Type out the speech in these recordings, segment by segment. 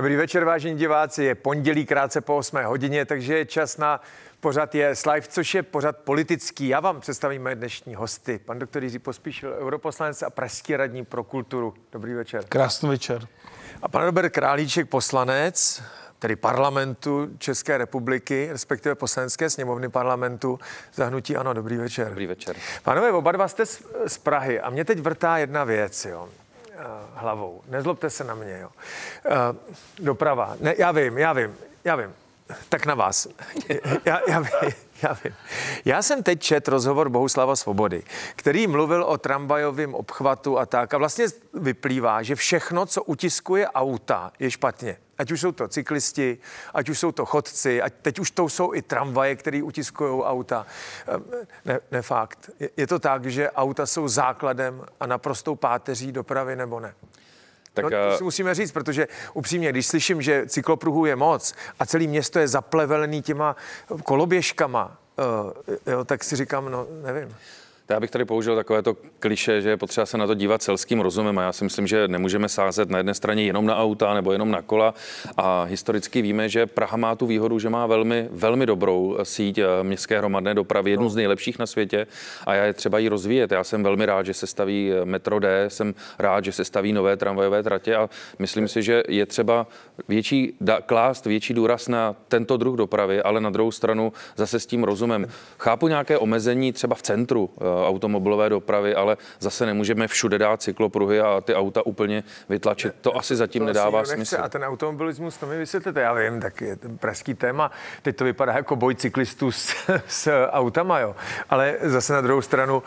Dobrý večer, vážení diváci. Je pondělí krátce po 8 hodině, takže je čas na pořad Yes Live, což je pořad politický. Já vám představím mé dnešní hosty. Pan doktor Jiří Pospíšil, europoslanec a pražský radní pro kulturu. Dobrý večer. Krásný večer. A pan Robert Králíček, poslanec, tedy parlamentu České republiky, respektive poslanecké sněmovny parlamentu za hnutí ANO. Dobrý večer. Dobrý večer. Pánové, oba dva jste z Prahy a mě teď vrtá jedna věc, jo. Hlavou. Nezlobte se na mě, jo. Doprava. Ne, já vím. Tak na vás. Já vím. Já jsem teď četl rozhovor Bohuslava Svobody, který mluvil o tramvajovém obchvatu a tak. A vlastně vyplývá, že všechno, co utiskuje auta, je špatně. Ať už jsou to cyklisti, ať už jsou to chodci, ať teď už to jsou i tramvaje, které utiskují auta. Ne fakt. Je to tak, že auta jsou základem a naprostou páteří dopravy, nebo ne? Tak, to si musíme říct, protože upřímně, když slyším, že cyklopruhů je moc a celé město je zaplevelený těma koloběžkama, tak si říkám, no nevím. Já bych tady použil takovéto klišé, že je potřeba se na to dívat selským rozumem a já si myslím, že nemůžeme sázet na jedné straně jenom na auta nebo jenom na kola a historicky víme, že Praha má tu výhodu, že má velmi, velmi dobrou síť městské hromadné dopravy, jednu z nejlepších na světě a je třeba ji rozvíjet. Já jsem velmi rád, že se staví metro D, jsem rád, že se staví nové tramvajové tratě a myslím si, že je třeba klást větší důraz na tento druh dopravy, ale na druhou stranu zase s tím rozumem. Chápu nějaké omezení třeba v centru automobilové dopravy, ale zase nemůžeme všude dát cyklopruhy a ty auta úplně vytlačit. To asi zatím nedává smysl. A ten automobilismus, to mi vysvětlete, já vím, tak je ten pražský téma. Teď to vypadá jako boj cyklistů s autama, jo. Ale zase na druhou stranu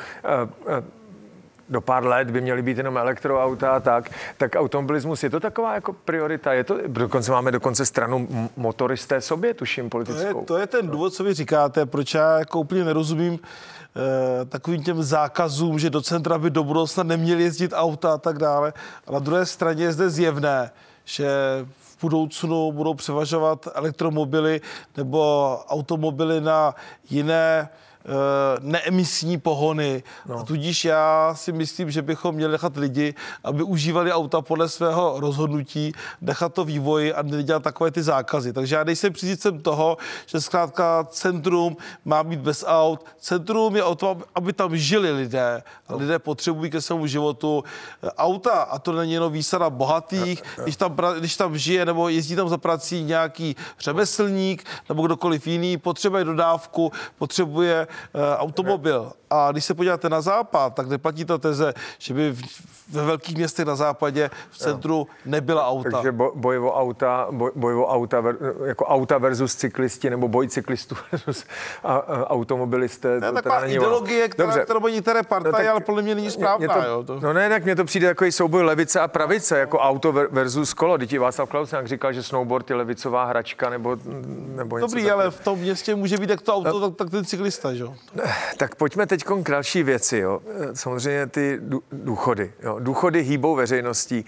do pár let by měly být jenom elektroauta a tak automobilismus, je to taková jako priorita? Je to, dokonce stranu motoristé sobě, tuším, politickou. To je ten důvod, co vy říkáte, proč já jako úplně nerozumím takovým těm zákazům, že do centra by do budoucna neměli jezdit auta a tak dále. A na druhé straně je zde zjevné, že v budoucnu budou převažovat elektromobily nebo automobily na jiné neemisní pohony. No. A tudíž já si myslím, že bychom měli nechat lidi, aby užívali auta podle svého rozhodnutí, nechat to vývoji a nedělat takové ty zákazy. Takže já nejsem příznivcem toho, že zkrátka centrum má být bez aut. Centrum je o tom, aby tam žili lidé. A lidé potřebují ke svému životu auta. A to není jenom výsada bohatých. Když tam žije nebo jezdí tam za prací nějaký řemeslník nebo kdokoliv jiný, potřebuje dodávku, potřebuje automobil. A když se podíváte na západ, tak neplatí ta teze, že by ve velkých městech na západě v centru nebyla auta. Takže boj o auta, jako auta versus cyklisti, nebo boj cyklistů versus automobilisté. To je taková ideologie, kterou mají některé partaje, ale podle mě není správná. Tak mně to přijde takový souboj levice a pravice, jako auto versus kolo. Teď Václav Klaus nějak říkal, že snowboard je levicová hračka, nebo něco. Dobrý, ale v tom městě může být jak to auto, tak ten cyklista, jo? Tak pojďme teď k další věci, jo. Samozřejmě ty důchody, jo. Důchody hýbou veřejností.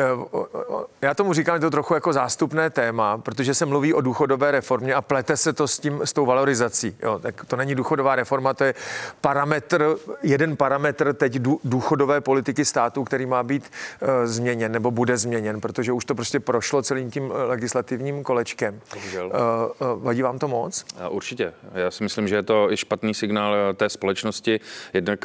Já tomu říkám, že to trochu jako zástupné téma, protože se mluví o důchodové reformě a plete se to s tou valorizací. Jo. Tak to není důchodová reforma, to je jeden parametr teď důchodové politiky státu, který má být změněn nebo bude změněn, protože už to prostě prošlo celým tím legislativním kolečkem. Vadí vám to moc? Určitě. Já si myslím, že je to i špatný signál té společnosti. Jednak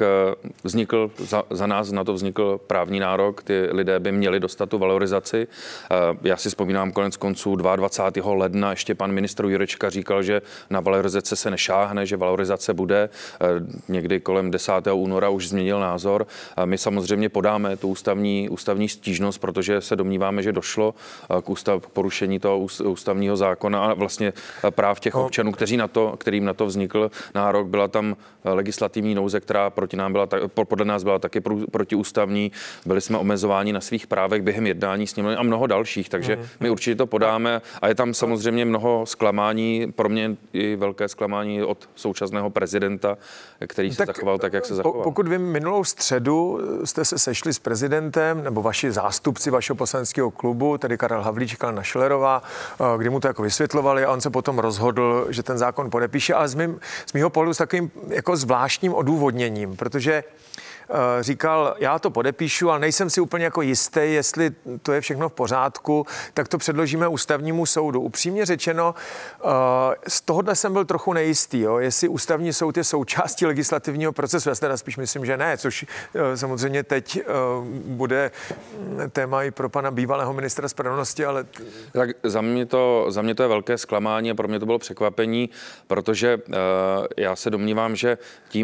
za nás na to vznikl právní nárok, ty lidé by měli dostat tu valorizaci. Já si vzpomínám konec konců 22. ledna ještě pan ministr Jurečka říkal, že na valorizace se nešáhne, že valorizace bude. Někdy kolem 10. února už změnil názor. My samozřejmě podáme tu ústavní stížnost, protože se domníváme, že došlo k porušení toho ústavního zákona a vlastně práv těch občanů, kterým na to vznikl nárok. Byla tam legislativní nouze, která podle nás byla taky protiústavní. Byli jsme omezováni na svých právech během jednání sněmovny a mnoho dalších, takže my určitě to podáme a je tam samozřejmě mnoho zklamání, pro mě i velké zklamání od současného prezidenta, který se zachoval tak, jak se zachoval. Pokud vy minulou středu jste se sešli s prezidentem nebo vaši zástupci vašeho poslaneckého klubu, tedy Karel Havlíček a Alena Schillerová, kdy mu to jako vysvětlovali a on se potom rozhodl, že ten zákon podepíše, ale z mýho pohledu s takovým jako zvláštním odůvodněním, protože říkal, já to podepíšu, ale nejsem si úplně jako jistý, jestli to je všechno v pořádku, tak to předložíme ústavnímu soudu. Upřímně řečeno, z tohohle jsem byl trochu nejistý, jo, jestli ústavní soud je součástí legislativního procesu. Já teda spíš myslím, že ne, což samozřejmě teď bude téma i pro pana bývalého ministra spravedlnosti, ale... Tak za mě to je velké zklamání a pro mě to bylo překvapení, protože já se domnívám, že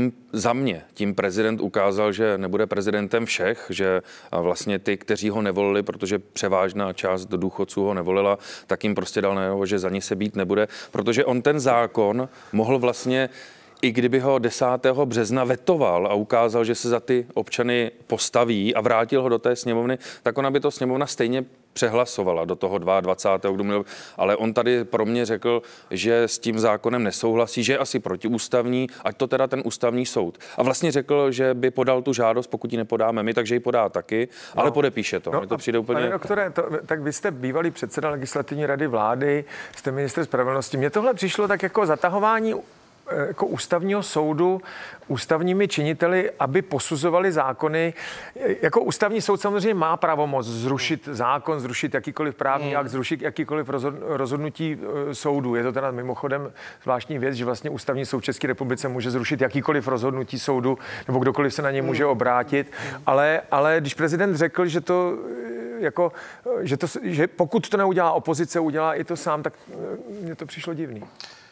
tím prezident ukázal, že nebude prezidentem všech, že vlastně ty, kteří ho nevolili, protože převážná část důchodců ho nevolila, tak jim prostě dal najevo, že za ně se bít nebude, protože on ten zákon mohl vlastně, i kdyby ho 10. března vetoval a ukázal, že se za ty občany postaví a vrátil ho do té sněmovny, tak ona by to sněmovna stejně přehlasovala do toho 22. Ale on tady pro mě řekl, že s tím zákonem nesouhlasí, že je asi protiústavní, ať to teda ten ústavní soud. A vlastně řekl, že by podal tu žádost, pokud ji nepodáme my, takže ji podá taky, ale podepíše to. To přijde úplně... Pane doktore, tak vy jste bývalý předseda Legislativní rady vlády, jste ministr spravedlnosti. Mně tohle přišlo tak jako zatahování jako ústavního soudu ústavními činiteli, aby posuzovali zákony. Jako ústavní soud samozřejmě má pravomoc zrušit zákon, zrušit jakýkoliv právní akt, zrušit jakýkoliv rozhodnutí soudu. Je to teda mimochodem zvláštní věc, že vlastně ústavní soud České republice může zrušit jakýkoliv rozhodnutí soudu, nebo kdokoliv se na něj může obrátit. Ale když prezident řekl, že to jako, že pokud to neudělá opozice, udělá i to sám, tak mně to přišlo divný.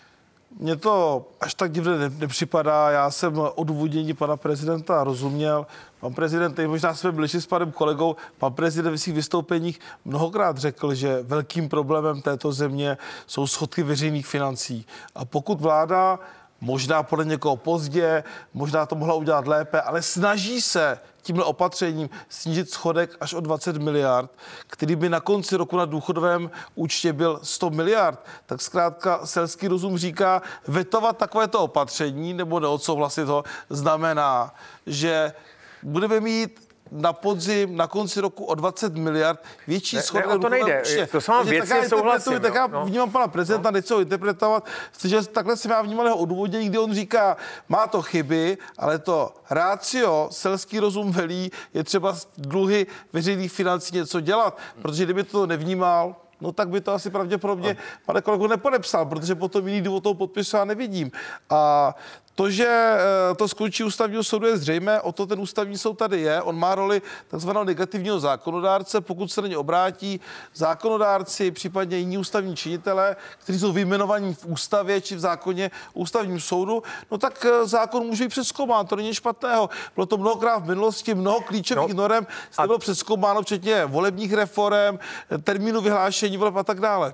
Mně to až tak divně nepřipadá. Já jsem odůvodnění pana prezidenta rozuměl. Pan prezident, možná jsme byli s panem kolegou, pan prezident v svých vystoupeních mnohokrát řekl, že velkým problémem této země jsou schodky veřejných financí. A pokud vláda, možná podle někoho pozdě, možná to mohla udělat lépe, ale snaží se tímhle opatřením snížit schodek až o 20 miliard, který by na konci roku na důchodovém účtě byl 100 miliard, tak zkrátka selský rozum říká, vetovat takovéto opatření nebo neodsouhlasit ho znamená, že budeme mít na podzim, na konci roku o 20 miliard větší schodek. Ne, to nejde. To s vámi věcně souhlasím. Tak já vnímám pana prezidenta, nechci ho interpretovat, že takhle jsem já vnímal jeho odůvodnění, kdy on říká, má to chyby, ale to ratio, selský rozum velí, je třeba z dluhy veřejných financí něco dělat, protože kdyby to nevnímal, no tak by to asi pravděpodobně pane kolego nepodepsal, protože potom jiný důvod toho podpisu já nevidím. A to, že to skončí ústavního soudu, je zřejmé, o to ten ústavní soud tady je. On má roli takzvaného negativního zákonodárce, pokud se na ně obrátí zákonodárci, případně jiní ústavní činitelé, kteří jsou vyjmenovaní v ústavě či v zákoně ústavním soudu, no tak zákon může být přezkoumán, to není špatného. Bylo to mnohokrát v minulosti, mnoho klíčových norem bylo přezkoumáno, včetně volebních reforem, termínu vyhlášení voleb a tak dále.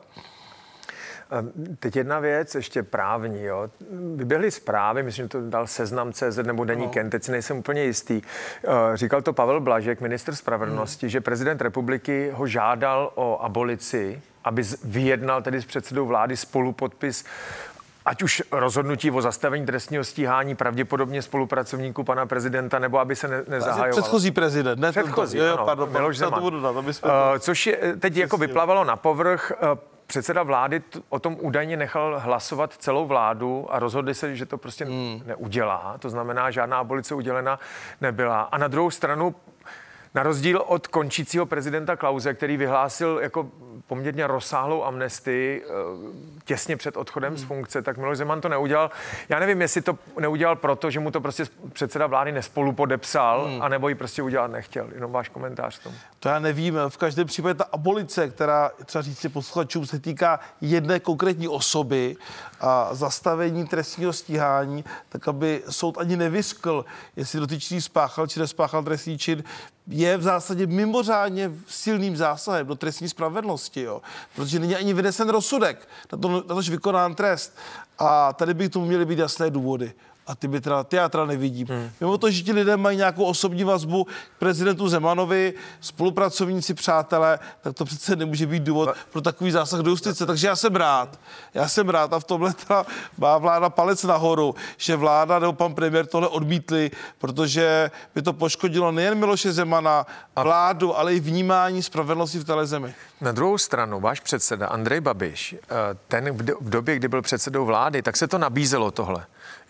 Teď jedna věc, ještě právní. Jo. Vyběhly zprávy, myslím, že to dal Seznam.cz nebo Deník N, teď si nejsem úplně jistý. Říkal to Pavel Blažek, ministr spravedlnosti, že prezident republiky ho žádal o abolici, aby vyjednal tedy s předsedou vlády spolupodpis ať už rozhodnutí o zastavení trestního stíhání pravděpodobně spolupracovníků pana prezidenta, nebo aby se nezahajoval. Předchozí prezident, ne? Předchozí, ano, pardon, Miloš Zeman. Což je, teď jako vyplavalo na povrch. Předseda vlády o tom údajně nechal hlasovat celou vládu a rozhodli se, že to prostě neudělá. To znamená, žádná abolice udělena nebyla. A na druhou stranu, na rozdíl od končícího prezidenta Klause, který vyhlásil jako poměrně rozsáhlou amnestii těsně před odchodem z funkce, tak Miloš Zeman to neudělal. Já nevím, jestli to neudělal proto, že mu to prostě předseda vlády nespolupodepsal, anebo ji prostě udělat nechtěl. Jenom váš komentář k tomu. To já nevím. V každém případě ta abolice, která třeba říct si posluchačům, se týká jedné konkrétní osoby a zastavení trestního stíhání, tak aby soud ani nevyskl, jestli dotyčný spáchal či nespáchal trestný čin, je v zásadě mimořádně silným zásahem do trestní spravedlnosti, jo? Protože není ani vynesen rozsudek, na tož vykonán trest. A tady by k tomu měly být jasné důvody. A ty já teda nevidím. Mimo to, že ti lidé mají nějakou osobní vazbu k prezidentu Zemanovi, spolupracovníci, přátelé, tak to přece nemůže být důvod pro takový zásah do justice. Takže já jsem rád a v tomhle má vláda palec nahoru, že vláda nebo pan premiér tohle odmítli, protože by to poškodilo nejen Miloše Zemana, vládu, ale i vnímání spravedlnosti v téhle zemi. Na druhou stranu, váš předseda Andrej Babiš, ten v době, kdy byl předsedou vlády, tak se to nabízelo tohle. Jo, pokud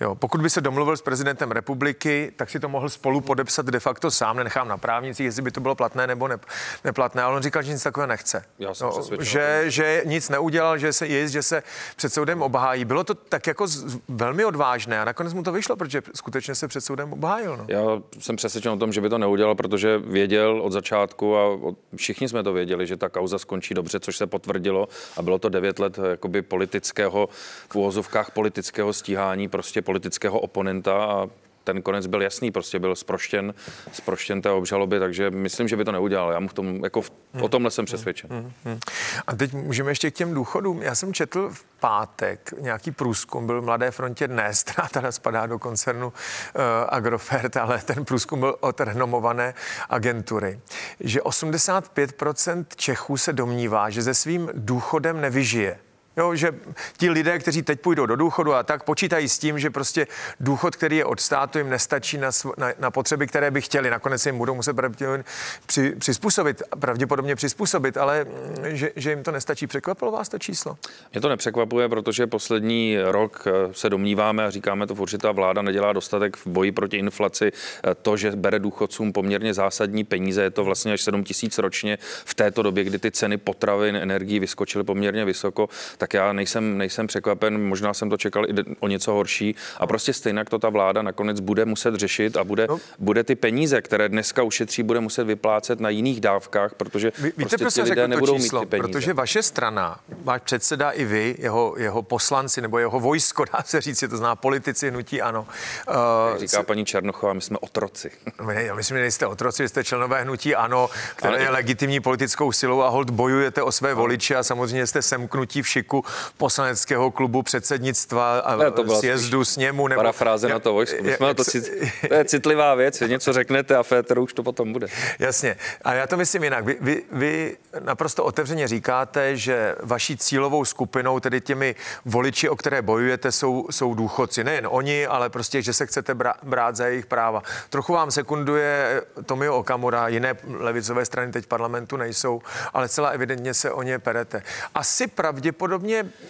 by se domluvil s prezidentem republiky, tak si to mohl spolu podepsat de facto sám, nenechám na právnicích, jestli by to bylo platné nebo neplatné, ale on říkal, že nic takového nechce. Já jsem že nic neudělal, že se před soudem obhájí. Bylo to tak jako velmi odvážné a nakonec mu to vyšlo, protože skutečně se před soudem obhájil. No. Já jsem přesvědčen o tom, že by to neudělal, protože věděl od začátku a všichni jsme to věděli, že ta kauza skončí dobře, což se potvrdilo a bylo to 9 let jakoby politického, v uvozovkách politického stíhání, prostě politického oponenta a ten konec byl jasný, prostě byl zproštěn té obžaloby, takže myslím, že by to neudělal. Já mu v tom, jako o tomhle jsem přesvědčen. A teď můžeme ještě k těm důchodům. Já jsem četl v pátek nějaký průzkum, byl v Mladé frontě Dnes, která teda spadá do koncernu Agrofert, ale ten průzkum byl od renomované agentury, že 85% Čechů se domnívá, že se svým důchodem nevyžije. Jo, že ti lidé, kteří teď půjdou do důchodu a tak počítají s tím, že prostě důchod, který je od státu, jim nestačí na potřeby, které by chtěli. Nakonec jim budou muset pravděpodobně přizpůsobit, ale že jim to nestačí. Překvapilo vás to číslo? Mě to nepřekvapuje, protože poslední rok se domníváme a říkáme to, určitá vláda nedělá dostatek v boji proti inflaci. To, že bere důchodcům poměrně zásadní peníze, je to vlastně až 7 000 ročně v této době, kdy ty ceny potravin, energií vyskočily poměrně vysoko, tak já nejsem překvapen, možná jsem to čekal i o něco horší a prostě stejně to ta vláda nakonec bude muset řešit a bude ty peníze, které dneska ušetří, bude muset vyplácet na jiných dávkách, protože víte, prostě ti lidé nebudou mít ty peníze. Protože vaše strana, váš předseda i vy, jeho poslanci nebo jeho vojsko, dá se říct, to zná politici, hnutí ANO. Jak říká paní Černochová, my jsme otroci. Já myslím, že nejste otroci, jste členové hnutí ANO, které je legitimní politickou silou a holt bojujete o své voliče a samozřejmě jste semknutí v šiku poslaneckého klubu, předsednictva a sjezdu sněmu. Nebo parafráze na to vojsko. To je citlivá věc, něco řeknete a féteru už to potom bude. Jasně. A já to myslím jinak. Vy naprosto otevřeně říkáte, že vaší cílovou skupinou, tedy těmi voliči, o které bojujete, jsou důchodci. Nejen oni, ale prostě, že se chcete brát za jejich práva. Trochu vám sekunduje Tomio Okamura, jiné levicové strany teď v parlamentu nejsou, ale celá evidentně se o ně perete. Asi pravděpodobně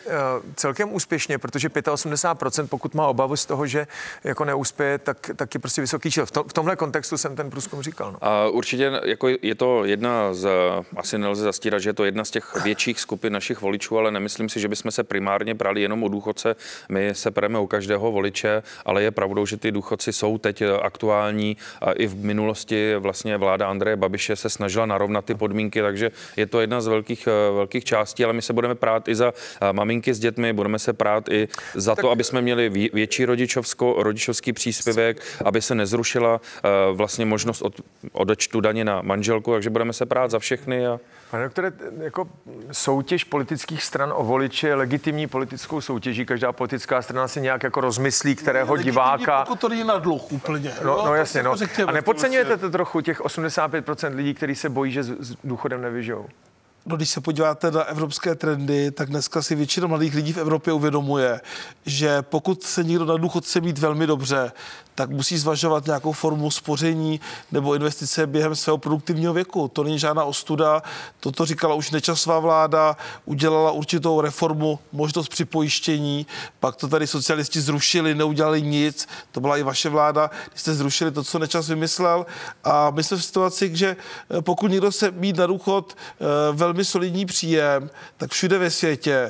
celkem úspěšně, protože 85%, pokud má obavu z toho, že jako neuspěje, tak je prostě vysoký číslo. V tomhle kontextu jsem ten průzkum říkal. No. A určitě jako je to jedna asi nelze zastírat, že je to jedna z těch větších skupin našich voličů, ale nemyslím si, že bychom se primárně brali jenom o důchodce. My se pereme u každého voliče, ale je pravdou, že ty důchodci jsou teď aktuální a i v minulosti vlastně vláda Andreje Babiše se snažila narovnat ty podmínky, takže je to jedna z velkých částí, ale my se budeme prát i za maminky s dětmi, budeme se prát i za to, aby jsme měli větší rodičovský příspěvek, aby se nezrušila vlastně možnost odečtu daně na manželku, takže budeme se prát za všechny. Pane doktore, jako soutěž politických stran o voliče je legitimní politickou soutěží. Každá politická strana si nějak jako rozmyslí, kterého diváka... Pokud to není na dluh úplně. No jasně, no. A nepodceňujete to trochu těch 85% lidí, kteří se bojí, že s důchodem nevyžijou? No, když se podíváte na evropské trendy, tak dneska si většina mladých lidí v Evropě uvědomuje, že pokud se někdo na důchod chce mít velmi dobře, tak musí zvažovat nějakou formu spoření nebo investice během svého produktivního věku. To není žádná ostuda, toto říkala už Nečasová vláda, udělala určitou reformu, možnost připojištění, pak to tady socialisti zrušili, neudělali nic, to byla i vaše vláda, když jste zrušili to, co Nečas vymyslel, a my jsme v situaci, že pokud někdo se mít na důchod velmi solidní příjem, tak všude ve světě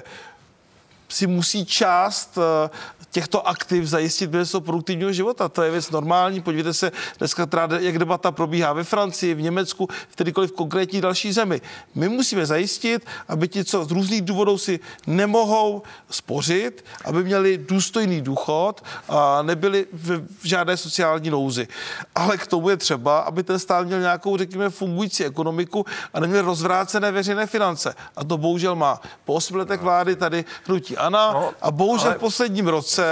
si musí část těchto aktiv zajistit během svého produktivního života. To je věc normální. Podívejte se dneska, jak debata probíhá ve Francii, v Německu, v kterýkoliv konkrétní další zemi. My musíme zajistit, aby ti, co z různých důvodů si nemohou spořit, aby měli důstojný důchod a nebyli v žádné sociální nouzi. Ale k tomu je třeba, aby ten stát měl nějakou, řekněme, fungující ekonomiku a neměl rozvrácené veřejné finance. A to bohužel má. Po 8 letech vlády tady hnutí ANO a bohužel v posledním roce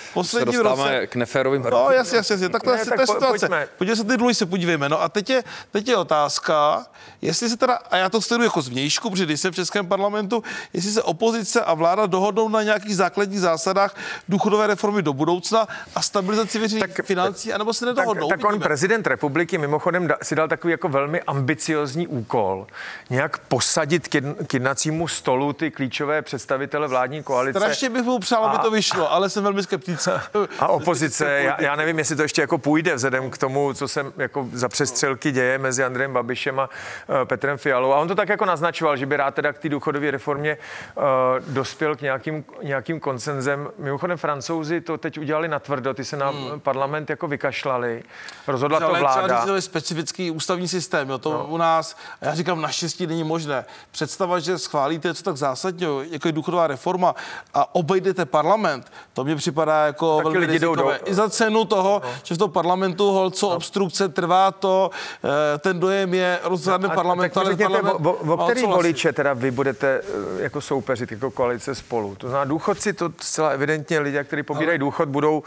k neférovým No, jasně. Tak to je situace. Podívejte se, ty dluhy se podívejme. No a teď je otázka, jestli se teda, a já to sleduji jako zvnějšku, protože když jsem v Českém parlamentu, jestli se opozice a vláda dohodnou na nějakých základních zásadách důchodové reformy do budoucna a stabilizaci veřejných financí, anebo se nedohodnou. Tak on, prezident republiky, mimochodem si dal takový jako velmi ambiciozní úkol, nějak posadit k jednacímu stolu ty klíčové představitele vládní koalice koalice. Strašně bych mu přál, aby to vyšlo, ale jsem velmi skeptický. A opozice, já nevím, jestli to ještě jako půjde vzhledem k tomu, co se jako za přestřelky děje mezi Andrejem Babišem a Petrem Fialou. A on to tak jako naznačoval, že by rád teda k té důchodové reformě dospěl k nějakým konsenzem. Mimochodem Francouzi to teď udělali natvrdo, ty se na parlament jako vykašlali. Rozhodla to vláda. Ale specifický ústavní systém, jo, to u nás, a já říkám, naštěstí není možné. Představa, že schválíte něco tak zásadního, jako je důchodová reforma a obejdete parlament, to mně připadá jako taky velmi rizikové. I za cenu toho, že v tom parlamentu holco obstrukce trvá to, ten dojem je rozhodný parlament, ale parlament o který voliče teda vy budete jako soupeřit, jako koalice Spolu? To znamená, důchodci, to zcela evidentně lidé, kteří pobírají důchod,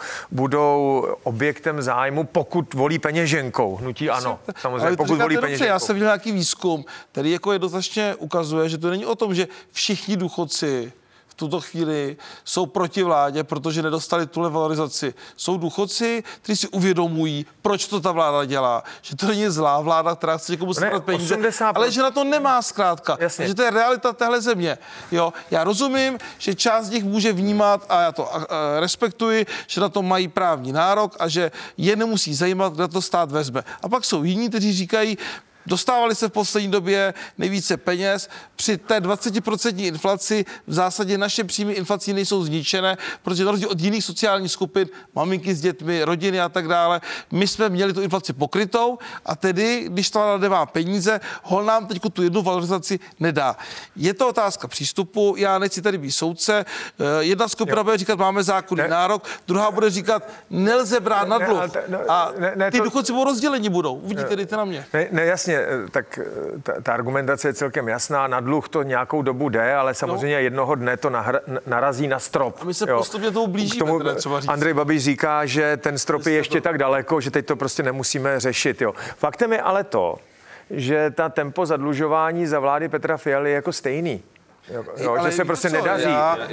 budou objektem zájmu, pokud volí peněženkou. Hnutí ano, samozřejmě, pokud volí peněženkou. Já jsem viděl nějaký výzkum, který jako jednoznačně ukazuje, že to není o tom, že všichni důchodci v tuto chvíli jsou proti vládě, protože nedostali tuhle valorizaci. Jsou důchodci, kteří si uvědomují, proč to ta vláda dělá. Že to není zlá vláda, která chce někomu sebrat peníze, 80%. Ale že na to nemá zkrátka. Jasně. Že to je realita téhle země. Jo, já rozumím, že část z nich může vnímat, a já to respektuji, že na to mají právní nárok a že je nemusí zajímat, kde to stát vezme. A pak jsou jiní, kteří říkají, dostávali se v poslední době nejvíce peněz. Při té 20% inflaci v zásadě naše příjmy inflací nejsou zničené, protože na rozdíl od jiných sociálních skupin, maminky s dětmi, rodiny a tak dále, my jsme měli tu inflaci pokrytou a tedy, když ta vláda nemá peníze, hol nám teď tu jednu valorizaci nedá. Je to otázka přístupu, já nechci tady být soudce. Jedna skupina bude říkat, máme zákonný nárok, druhá bude říkat, nelze brát na dluh. A ty důchodci budou rozdělení budou. Uvidíte, dejte na mě. Jasně, tak ta argumentace je celkem jasná. Na dluh to nějakou dobu jde, ale samozřejmě jednoho dne to narazí na strop. A my se postupně toho blížíme. K tomu Andrej Babiš říká, že ten strop je ještě tak daleko, že teď to prostě nemusíme řešit. Jo. Faktem je ale to, že ta tempo zadlužování za vlády Petra Fialy je jako stejný. Jo, že se prostě nedaří.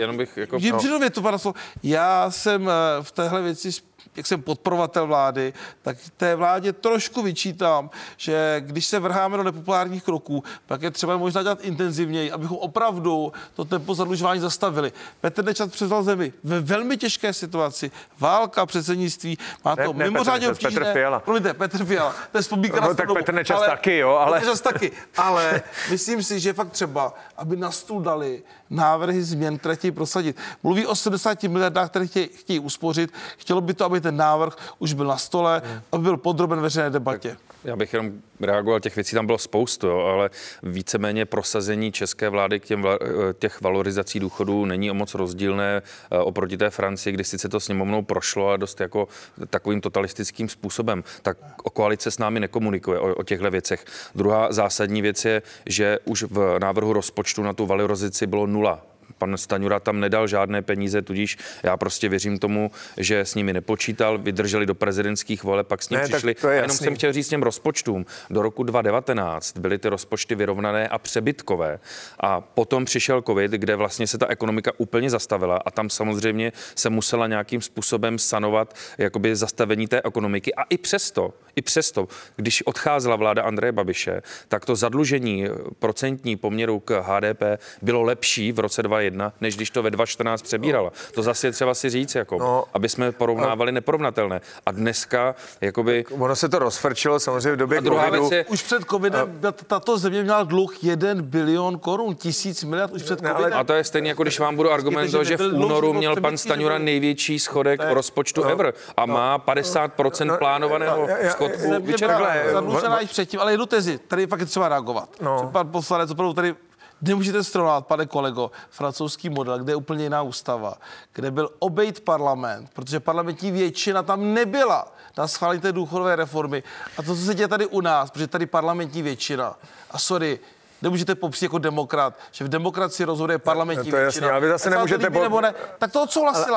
Já jsem v téhle věci, jak jsem podporovatel vlády, tak té vládě trošku vyčítám, že když se vrháme do nepopulárních kroků, pak je třeba možná dělat intenzivněji, abychom opravdu to tempo zadlužování zastavili. Petr Nečas převzal zemi ve velmi těžké situaci. Válka, předsednictví, má to mimořádně obtížné. Petr Fiala. To je vzpomínka na tak Petr Nečas taky, jo, ale... Petr Nečas taky, ale myslím si, že je fakt třeba, aby na stůl dali návrhy změn, které chtějí prosadit. Mluví o 70 miliardách, které chtějí uspořit. Chtělo by to, aby ten návrh už byl na stole, aby byl podroben veřejné debatě. Já bych jenom reagoval, těch věcí tam bylo spoustu, jo, ale víceméně prosazení české vlády k těch valorizací důchodů není o moc rozdílné oproti té Francii, kdy sice to sněmovnou prošlo a dost jako takovým totalistickým způsobem, tak koalice s námi nekomunikuje o těchto věcech. Druhá zásadní věc je, že už v návrhu rozpočtu na tu valorizaci bylo 0. Pan Stanjura tam nedal žádné peníze, tudíž já prostě věřím tomu, že s nimi nepočítal, vydrželi do prezidentských voleb, pak s ním přišli. A jenom jsem chtěl říct těm rozpočtům. Do roku 2019 byly ty rozpočty vyrovnané a přebytkové. A potom přišel covid, kde vlastně se ta ekonomika úplně zastavila a tam samozřejmě se musela nějakým způsobem sanovat jakoby zastavení té ekonomiky. A i přesto, když odcházela vláda Andreje Babiše, tak to zadlužení procentní poměru k HDP bylo lepší v roce 2021, než když to ve 2014 přebírala. To zase je třeba si říct, aby jsme porovnávali neporovnatelné. A dneska, jakoby... Ono se to rozfrčilo samozřejmě v době covidu. Už před covidem tato země měla dluh 1 bilion korun, 1000 miliard už před covidem. A to je stejně, jako když vám budu argumentovat, že v únoru měl pan Stanjura největší schodek rozpočtu ever a má 50% plánovaného schodku vyčerpaného. Zadlužená i předtím, ale jednu tezi, tady fakt je třeba reagovat. Pan poslanec opravdu tady nemůžete srovnat, pane kolego, francouzský model, kde je úplně jiná ústava, kde byl obejít parlament, protože parlamentní většina tam nebyla na schválení té důchodové reformy. A to, co se děje tady u nás, protože tady parlamentní většina. A sorry, nemůžete popřít jako demokrat, že v demokracii rozhoduje parlamentní většina. Jasně, ale vy zase nemůžete... Tak to odsouhlasila.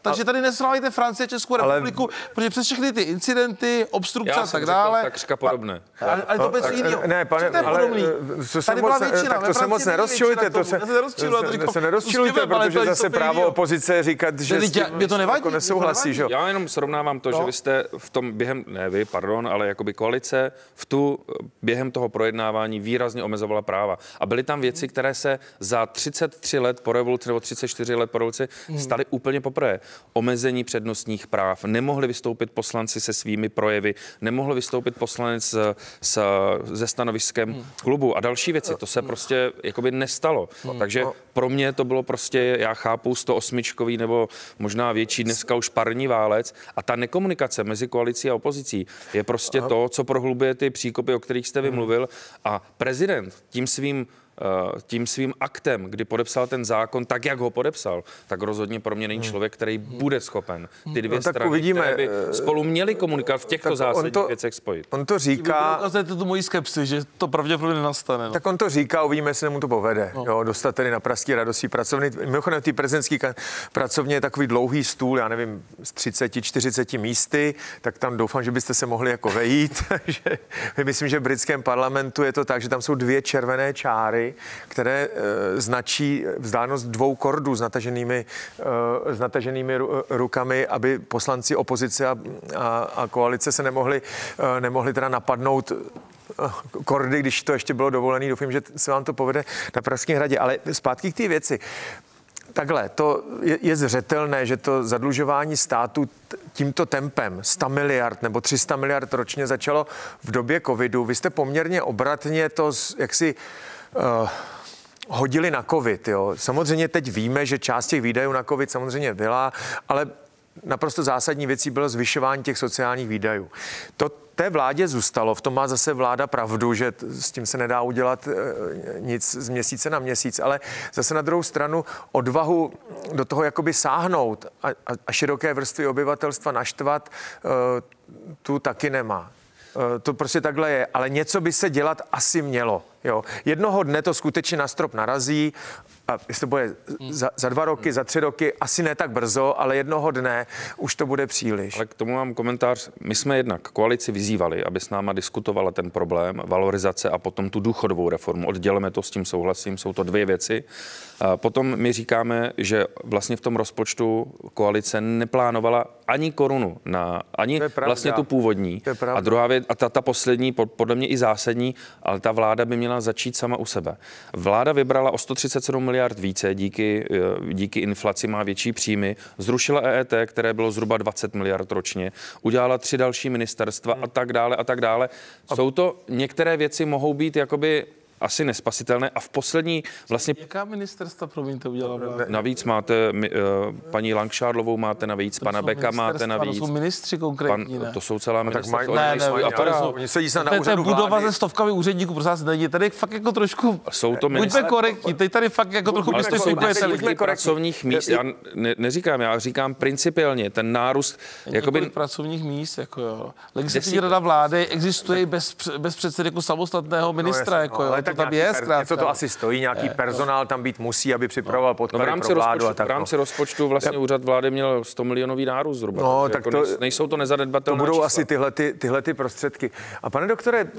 Takže tady nesrovnávajte Francii a Českou republiku, protože přes všechny ty incidenty, obstrukce a tak dále. Takřka podobné. Ale to bez jiného. Ne, pane, ale to se moc nerozčilujte, to se nerozčilujte, protože zase právo opozice říkat, že s tím jako nesouhlasí, že jo? Já jenom srovnávám to, že vy jste v tom ale jakoby koalice během toho projednávání výrazně omezovala práva. A byly tam věci, které se za 33 let po revoluci nebo 34 let po revoluci staly úplně poprvé. Omezení přednostních práv, nemohli vystoupit poslanci se svými projevy, nemohli vystoupit poslanec se stanoviskem klubu a další věci. To se prostě jakoby nestalo. Takže pro mě to bylo prostě, já chápu, 108 nebo možná větší dneska už parní válec a ta nekomunikace mezi koalicí a opozicí je prostě to, co prohlubuje ty příkopy, o kterých jste vymluvil, a prezident tím svým aktem, kdy podepsal ten zákon tak, jak ho podepsal, tak rozhodně pro mě není člověk, který bude schopen ty dvě strany, uvidíme, které by spolu měly komunikovat v těchto zásadních věcech spojit. On to říká... Ukazujete tu moji skepsi, že to pravděpodobně nastane. No. Tak on to říká, uvidíme, jestli mu to povede. Jo, dostat tedy na pražský radostí pracovny. Mimochodem, v té prezidentské pracovně je takový dlouhý stůl, já nevím, z 30-40 místy, tak tam doufám, že byste se mohli jako vejít. Myslím, že v britském parlamentu je to tak, že tam jsou 2 červené čáry, které značí vzdálenost 2 kordů s nataženými rukami, aby poslanci opozice a koalice se nemohli teda napadnout kordy, když to ještě bylo dovolené. Doufám, že se vám to povede na Pražském hradě. Ale zpátky k té věci. Takhle, to je zřetelné, že to zadlužování státu tímto tempem 100 miliard nebo 300 miliard ročně začalo v době covidu. Vy jste poměrně obratně to jaksi hodili na covid. Jo. Samozřejmě teď víme, že část těch výdajů na covid samozřejmě byla, ale naprosto zásadní věcí bylo zvyšování těch sociálních výdajů. To té vládě zůstalo, v tom má zase vláda pravdu, že s tím se nedá udělat nic z měsíce na měsíc, ale zase na druhou stranu odvahu do toho jakoby sáhnout a široké vrstvy obyvatelstva naštvat, tu taky nemá. To prostě takhle je, ale něco by se dělat asi mělo. Jo. Jednoho dne to skutečně na strop narazí, a jestli to bude za 2 roky, za 3 roky, asi ne tak brzo, ale jednoho dne už to bude příliš. Ale k tomu mám komentář. My jsme jednak koalici vyzývali, aby s náma diskutovala ten problém valorizace a potom tu důchodovou reformu. Odděleme to, s tím souhlasím, jsou to 2 věci. A potom my říkáme, že vlastně v tom rozpočtu koalice neplánovala ani korunu ani vlastně tu původní. A druhá věc, a ta poslední, podle mě i zásadní, ale ta vláda by měla začít sama u sebe. Vláda vybrala o 137 miliard více, díky inflaci má větší příjmy, zrušila EET, které bylo zhruba 20 miliard ročně, udělala 3 další ministerstva a tak dále a tak dále. Jsou to, některé věci mohou být jakoby asi nespasitelné a v poslední vlastně... Jaká ministerstva, promiňte, udělala vláda? Navíc máte paní Langšádlovou, máte navíc, pana Beka máte navíc. To jsou ministři konkrétní, ne? To jsou celá ministerstva. Oni sedí se na úřadu vlády. To je budova se stovkami úředníků, prosím vás, není tady fakt jako trošku... Buďme korektní, teď tady fakt jako trochu mystifikujete pracovních míst. Já neříkám, já říkám principiálně, ten nárůst... Několik pracovních míst, jako jo. Legislativní rada vlády existuje bez předsedy jako samostatného ministra, jako jo. Tak něco to asi stojí, nějaký personál tam být musí, aby připravoval podklady pro vládu a tak. V rámci rozpočtu vlastně úřad vlády měl 100 milionový nárůst zhruba. No, tak jako nejsou to nezanedbatelné. To budou čísla. Asi tyhle prostředky. A pane doktore,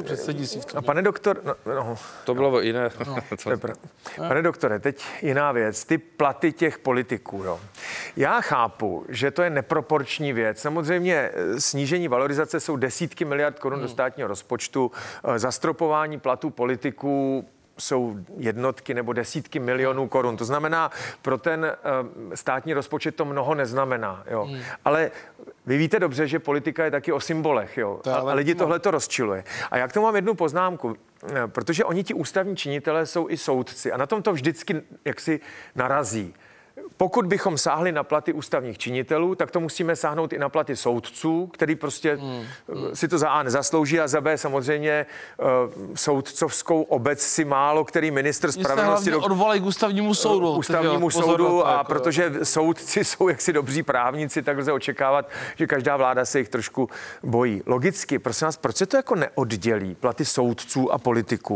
to bylo jiné. Pane doktore, teď jiná věc. Ty platy těch politiků, jo. Já chápu, že to je neproporční věc. Samozřejmě snížení valorizace jsou desítky miliard korun do státního rozpočtu, zastropování platů politiků jsou jednotky nebo desítky milionů korun. To znamená, pro ten státní rozpočet to mnoho neznamená. Jo. Ale vy víte dobře, že politika je taky o symbolech. Jo. A lidi tohle to rozčiluje. A já k tomu mám jednu poznámku, protože oni ti ústavní činitelé jsou i soudci a na tom to vždycky jaksi narazí. Pokud bychom sáhli na platy ústavních činitelů, tak to musíme sáhnout i na platy soudců, který prostě si to za A nezaslouží a za B samozřejmě soudcovskou obec si málo, který ministr spravedlnosti odvolají k ústavnímu soudu. Ústavnímu soudu a protože soudci jsou jaksi dobří právníci, tak lze očekávat, že každá vláda se jich trošku bojí. Logicky, prosím vás, proč se to jako neoddělí platy soudců a politiků?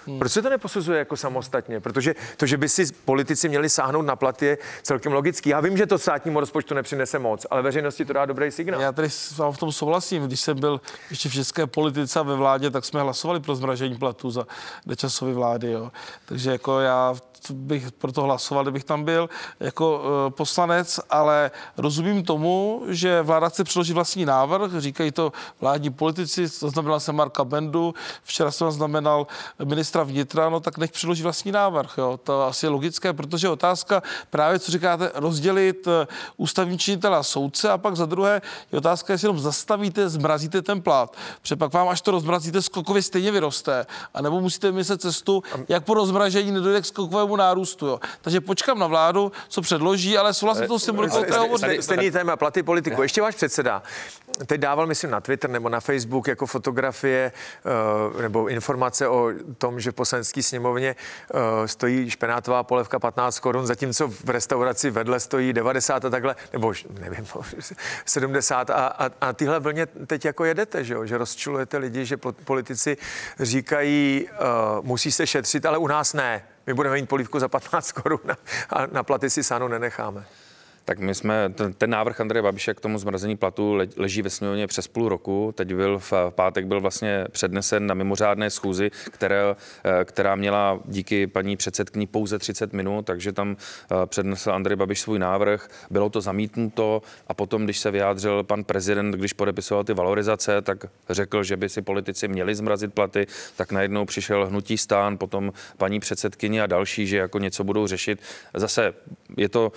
Proč se to neposuzuje jako samostatně? Protože to, že by si politici měli sáhnout na plat, je celkem logický. Já vím, že to státnímu rozpočtu nepřinese moc, ale veřejnosti to dá dobrý signál. Já tady s vámi v tom souhlasím. Když jsem byl ještě v české politice a ve vládě, tak jsme hlasovali pro zmražení platů za Nečasovy vlády. Jo. Takže jako já bych pro to hlasoval, kdybych tam byl jako poslanec, ale rozumím tomu, že vláda chce předložit vlastní návrh, říkají to vládní politici, zaznamenal jsem Marka Bendu, včera jsem zaznamenal ministra vnitra, no tak nech předloží vlastní návrh. Jo. To asi je logické, protože otázka právě, co říkáte, rozdělit ústavní činitele a soudce a pak za druhé je otázka, jestli jenom zastavíte, zmrazíte ten plat, protože pak vám, až to rozmrazíte, skokově stejně vyroste, anebo musíte myslet cestu, jak po rozmražení nedojde k skokovému nárůstu. Jo. Takže počkám na vládu, co předloží, ale souhlasím to symbolikou. Stejný téma platy politiku. Ještě váš předseda teď dával, myslím, na Twitter nebo na Facebook jako fotografie nebo informace o tom, že v Poslanecké sněmovně stojí špenátová polévka 15 korun, zatímco v restauraci vedle stojí 90 a takhle, nebo nevím, 70 a tyhle vlně teď jako jedete, že rozčilujete lidi, že politici říkají, musí se šetřit, ale u nás ne. My budeme mít polívku za 15 korun a na platy si sáhnout nenecháme. Tak my jsme, ten návrh Andreje Babiše k tomu zmrazení platu leží ve sněmovně přes půl roku. Teď v pátek byl vlastně přednesen na mimořádné schůzi, která měla díky paní předsedkyni pouze 30 minut, takže tam přednesl Andrej Babiš svůj návrh. Bylo to zamítnuto a potom, když se vyjádřil pan prezident, když podepisoval ty valorizace, tak řekl, že by si politici měli zmrazit platy, tak najednou přišel hnutí STAN, potom paní předsedkyně a další, že jako něco budou řešit. Zase je to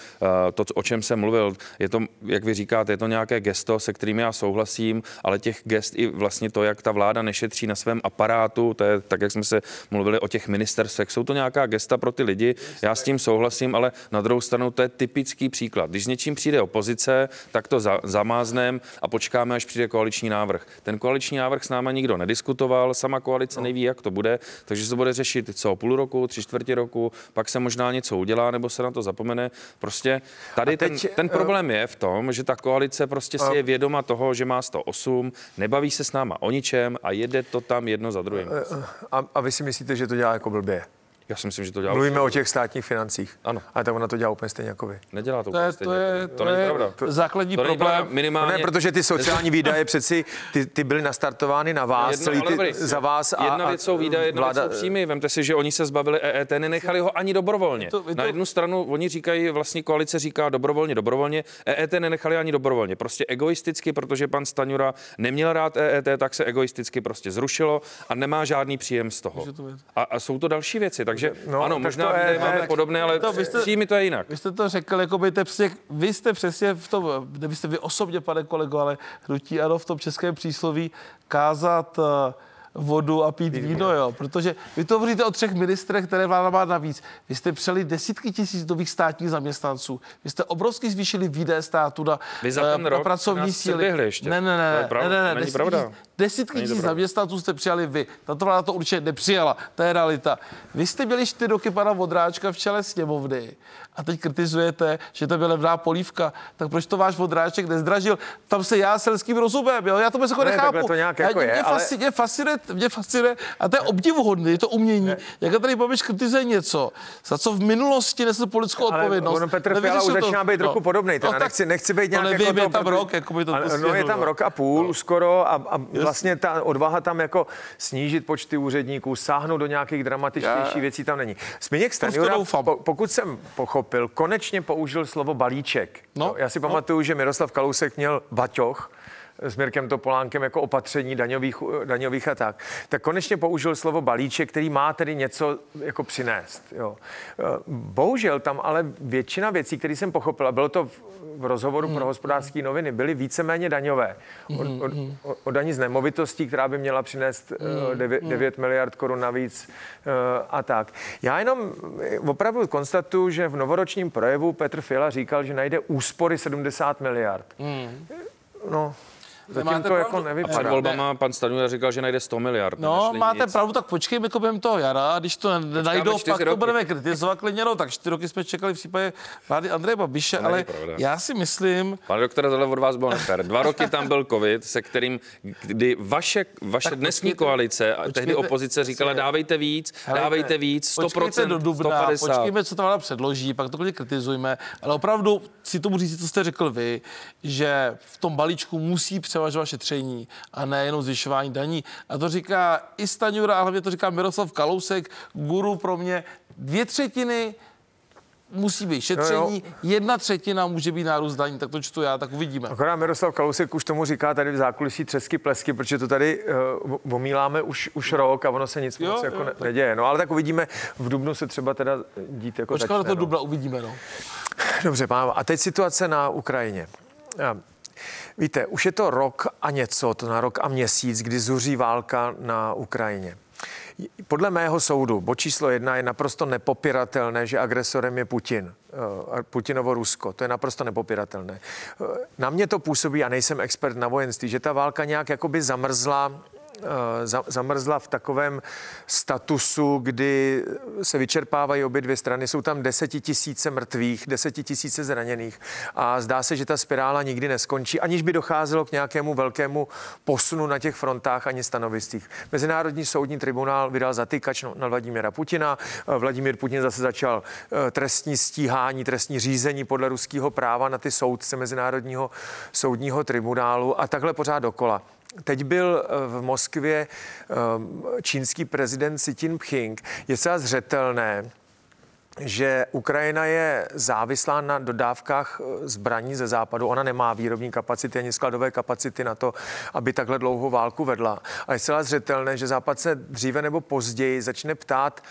o čem jsem mluvil, je to, jak vy říkáte, je to nějaké gesto, se kterým já souhlasím, ale těch gest i vlastně to, jak ta vláda nešetří na svém aparátu, to je tak, jak jsme se mluvili o těch ministerstvech, jsou to nějaká gesta pro ty lidi, já s tím souhlasím, ale na druhou stranu to je typický příklad. Když s něčím přijde opozice, tak to zamáznem a počkáme, až přijde koaliční návrh. Ten koaliční návrh s náma nikdo nediskutoval, sama koalice neví, jak to bude, takže se bude řešit co půl roku, 3/4 roku, pak se možná něco udělá, nebo se na to zapomene. Prostě tady ten problém je v tom, že ta koalice prostě si je vědoma toho, že má 108, nebaví se s náma o ničem a jede to tam jedno za druhým. A vy si myslíte, že to dělá jako blbě? Já si myslím, že to dělá. Mluvíme o těch státních financích. Ano. Ale tak ona to dělá úplně stejně jako vy. Nedělá to úplně stejně. To není pravda. Základní to problém. Minimálně. Ne, protože ty sociální výdaje přeci ty byly nastartovány na vás, za vás. Jedna věc jsou výdaje, jedna věc jsou příjmy. Vemte si, že oni se zbavili EET, nenechali ho ani dobrovolně. Na jednu stranu oni říkají, vlastně koalice říká dobrovolně, EET nenechali ani dobrovolně. Prostě egoisticky, protože pan Staňura neměl rád EET, tak se egoisticky prostě zrušilo a nemá žádný příjem z toho. A jsou to další věci, takže ano, možná máme podobné, ale příjmy to je jinak. Vy jste to řekl, jako vy jste přesně v tom, nebyste vy osobně, pane kolego, ale hnutí ANO v tom českém přísloví kázat vodu a pít víno, jo. Protože vy to hovoříte o 3 ministrech, které vláda má navíc. Vy jste přeli desítky tisíc nových státních zaměstnanců. Vy jste obrovsky zvýšili výdaje státu na pracovní síly. Ne. Desítky tisíc zaměstnanců jste přijali vy. Tato vláda to určitě nepřijala. To je realita. Vy jste měli 4 roky pana Vondráčka v čele sněmovny a teď kritizujete, že to byla levná polívka. Tak proč to váš Vondráček nezdražil? Tam se já selským rozumem, jo? Já to jako nechápu. Mě fascinuje, a to je obdivuhodné, je to umění. Jak tady Babiš kritizuje něco, za co v minulosti nesl politickou odpovědnost. Ale Petr Fiala už začíná být trochu podobný. Nechci být nějak jako je tam rok, jako by to je tam rok a půl už skoro a vlastně ta odvaha tam jako snížit počty úředníků, sáhnout do nějakých dramatičtějších věcí tam není. Zbyněk Stanjura, pokud jsem pochopil, konečně použil slovo balíček. Já si pamatuju, že Miroslav Kalousek měl baťoch s Mirkem Topolánkem jako opatření daňových a tak. Tak konečně použil slovo balíček, který má tedy něco jako přinést. Jo. Bohužel tam ale většina věcí, které jsem pochopil, a bylo to v rozhovoru pro Hospodářské noviny, byly víceméně daňové. O daní z nemovitostí, která by měla přinést 9 miliard korun navíc a tak. Já jenom opravdu konstatuju, že v novoročním projevu Petr Fiala říkal, že najde úspory 70 miliard. No. Zatím to jako nevypadá. Před volbama pan Stanjura říkal, že najde 100 miliard. No, máte pravdu, tak počkejme jako během toho jara, když to najdou, pak to budeme kritizovat klidně, no, tak 4 roky jsme čekali v případě vlády Andreje Babiše, ale já si myslím... Pane doktore, tohle od vás bylo nefér. 2 roky tam byl covid, se kterým, kdy vaše dnesní koalice a tehdy opozice říkala, dávejte víc, 100%, do dubna, 150. Počkejme, co ta vláda předloží, pak to klidně kritizujme, ale opravdu si tomu říct, co jste řekl vy, že v tom balíčku musí převažovat šetření a ne jenom zvyšování daní. A to říká i Stanjura, a hlavně to říká Miroslav Kalousek, guru pro mě. 2/3 musí být šetření, 1/3 může být nárůst daní, tak to čtu já, tak uvidíme. Akorát Miroslav Kalousek už tomu říká tady v zákulisí třesky plesky, protože to tady omíláme už rok a ono se nic moc jako neděje. No ale tak uvidíme, v dubnu se třeba teda dít jako začne. Počkej, do dubna uvidíme, no. Dobře, pánové, a teď situace na Ukrajině. Víte, už je to rok a něco, to na rok a měsíc, kdy zuří válka na Ukrajině. Podle mého soudu, bod číslo 1 je naprosto nepopiratelné, že agresorem je Putin, Putinovo Rusko. To je naprosto nepopiratelné. Na mě to působí, a nejsem expert na vojenství, že ta válka nějak jakoby zamrzla v takovém statusu, kdy se vyčerpávají obě dvě strany. Jsou tam 10 000 mrtvých, 10 000 zraněných a zdá se, že ta spirála nikdy neskončí, aniž by docházelo k nějakému velkému posunu na těch frontách ani stanoviscích. Mezinárodní soudní tribunál vydal zatykač na Vladimíra Putina. Vladimír Putin zase začal trestní stíhání, trestní řízení podle ruského práva na ty soudce Mezinárodního soudního tribunálu a takhle pořád dokola. Teď byl v Moskvě čínský prezident Xi Jinping. Je celá zřetelné, že Ukrajina je závislá na dodávkách zbraní ze západu. Ona nemá výrobní kapacity ani skladové kapacity na to, aby takhle dlouhou válku vedla. A je celá zřetelné, že Západ se dříve nebo později začne ptát,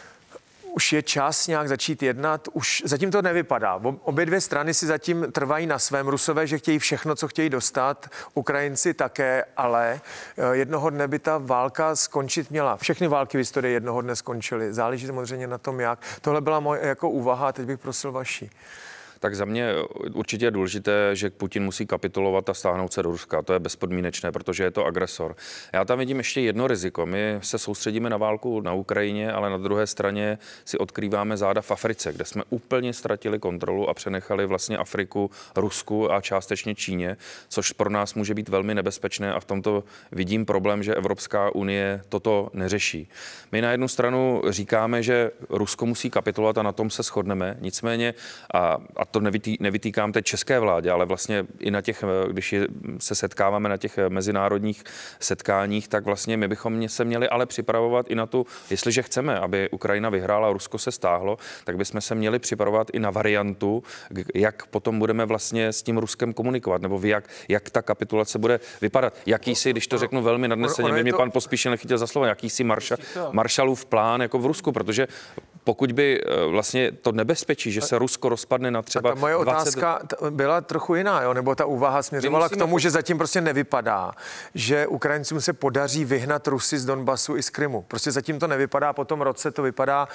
už je čas nějak začít jednat, už zatím to nevypadá. Obě dvě strany si zatím trvají na svém. Rusové, že chtějí všechno, co chtějí dostat, Ukrajinci také, ale jednoho dne by ta válka skončit měla. Všechny války v historii jednoho dne skončily. Záleží samozřejmě na tom, jak. Tohle byla moje jako úvaha a teď bych prosil vaši. Tak za mě určitě je důležité, že Putin musí kapitulovat a stáhnout se do Ruska. To je bezpodmínečné, protože je to agresor. Já tam vidím ještě jedno riziko. My se soustředíme na válku na Ukrajině, ale na druhé straně si odkrýváme záda v Africe, kde jsme úplně ztratili kontrolu a přenechali vlastně Afriku Rusku a částečně Číně, což pro nás může být velmi nebezpečné a v tomto vidím problém, že Evropská unie toto neřeší. My na jednu stranu říkáme, že Rusko musí kapitulovat a na tom se shodneme. Nicméně a to nevytýkám teď české vládě, ale vlastně i na těch, když se setkáváme na těch mezinárodních setkáních, tak vlastně my bychom se měli ale připravovat i na tu, jestliže chceme, aby Ukrajina vyhrála a Rusko se stáhlo, tak bychom se měli připravovat i na variantu, jak potom budeme vlastně s tím Ruskem komunikovat, nebo jak ta kapitulace bude vypadat. Jakýsi, když to řeknu velmi nadneseně, mě pan Pospíšil nechytil za slovo, jakýsi Marshallův plán jako v Rusku, protože pokud by vlastně to nebezpečí, že se Rusko rozpadne na třeba... Ta moje otázka byla trochu jiná, jo? Nebo ta úvaha směřovala k tomu, že zatím prostě nevypadá, že Ukrajincům se podaří vyhnat Rusy z Donbasu i z Krymu. Prostě zatím to nevypadá, po tom roce to vypadá,